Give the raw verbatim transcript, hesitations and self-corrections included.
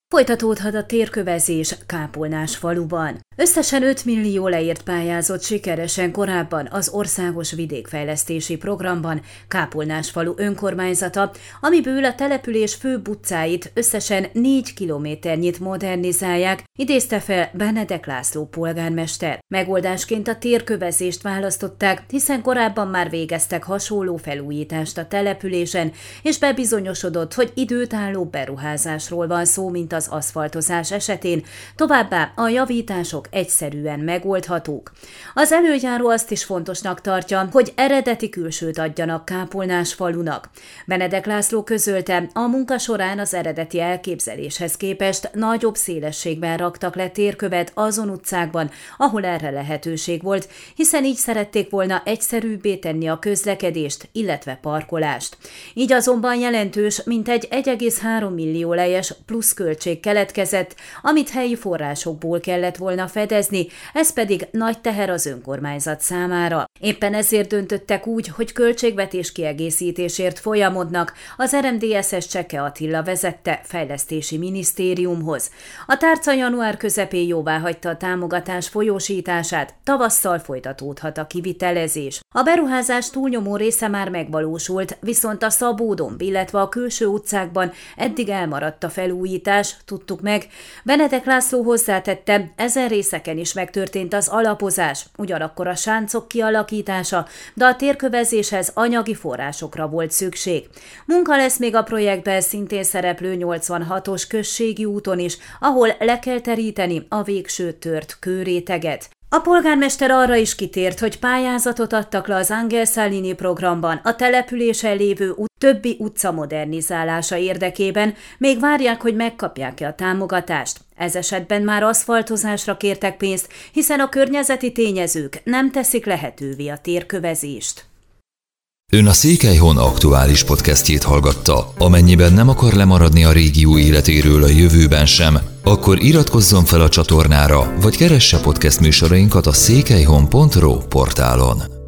Folytatódhat a térkövezés Kápolnásfaluban. Összesen öt millió leírt pályázott sikeresen korábban az Országos Vidékfejlesztési Programban Kápolnásfalu önkormányzata, amiből a település főbb utcáit összesen négy kilométernyit modernizálják, idézte fel Benedek László polgármester. Megoldásként a térkövezést választották, hiszen korábban már végeztek hasonló felújítást a településen, és bebizonyosodott, hogy időtálló beruházásról van szó, mint az aszfaltozás esetén, továbbá a javítások egyszerűen megoldhatók. Az előjáró azt is fontosnak tartja, hogy eredeti külsőt adjanak Kápolnásfalunak. Benedek László közölte, a munka során az eredeti elképzeléshez képest nagyobb szélességben raktak le térkövet azon utcákban, ahol erre lehetőség volt, hiszen így szerették volna egyszerűbbé tenni a közlekedést, illetve parkolást. Így azonban jelentős, mintegy egy egész három millió lejes pluszköltség keletkezett, amit helyi forrásokból kellett volna fedezni, ez pedig nagy teher az önkormányzat számára. Éppen ezért döntöttek úgy, hogy költségvetés kiegészítésért folyamodnak az er em dé es es Cseke Attila vezette fejlesztési minisztériumhoz. A tárca január közepén jóváhagyta a támogatás folyósítását, tavasszal folytatódhat a kivitelezés. A beruházás túlnyomó része már megvalósult, viszont a Szabó-domb, illetve a külső utcákban eddig elmaradt a felújítás, tudtuk meg. Benedek László hozzátette, ezen részeken is megtörtént az alapozás, ugyanakkor a sáncok kialakítása, de a térkövezéshez anyagi forrásokra volt szükség. Munka lesz még a projektben szintén szereplő nyolcvanhatos községi úton is, ahol le kell teríteni a végső tört kőréteget. A polgármester arra is kitért, hogy pályázatot adtak le az Angel Salini programban a településen lévő ut- többi utca modernizálása érdekében, még várják, hogy megkapják-e a támogatást. Ez esetben már aszfaltozásra kértek pénzt, hiszen a környezeti tényezők nem teszik lehetővé a térkövezést. Ön a Székelyhon aktuális podcastjét hallgatta. Amennyiben nem akar lemaradni a régió életéről a jövőben sem, akkor iratkozzon fel a csatornára, vagy keresse podcast műsorainkat a székelyhon pont ro portálon.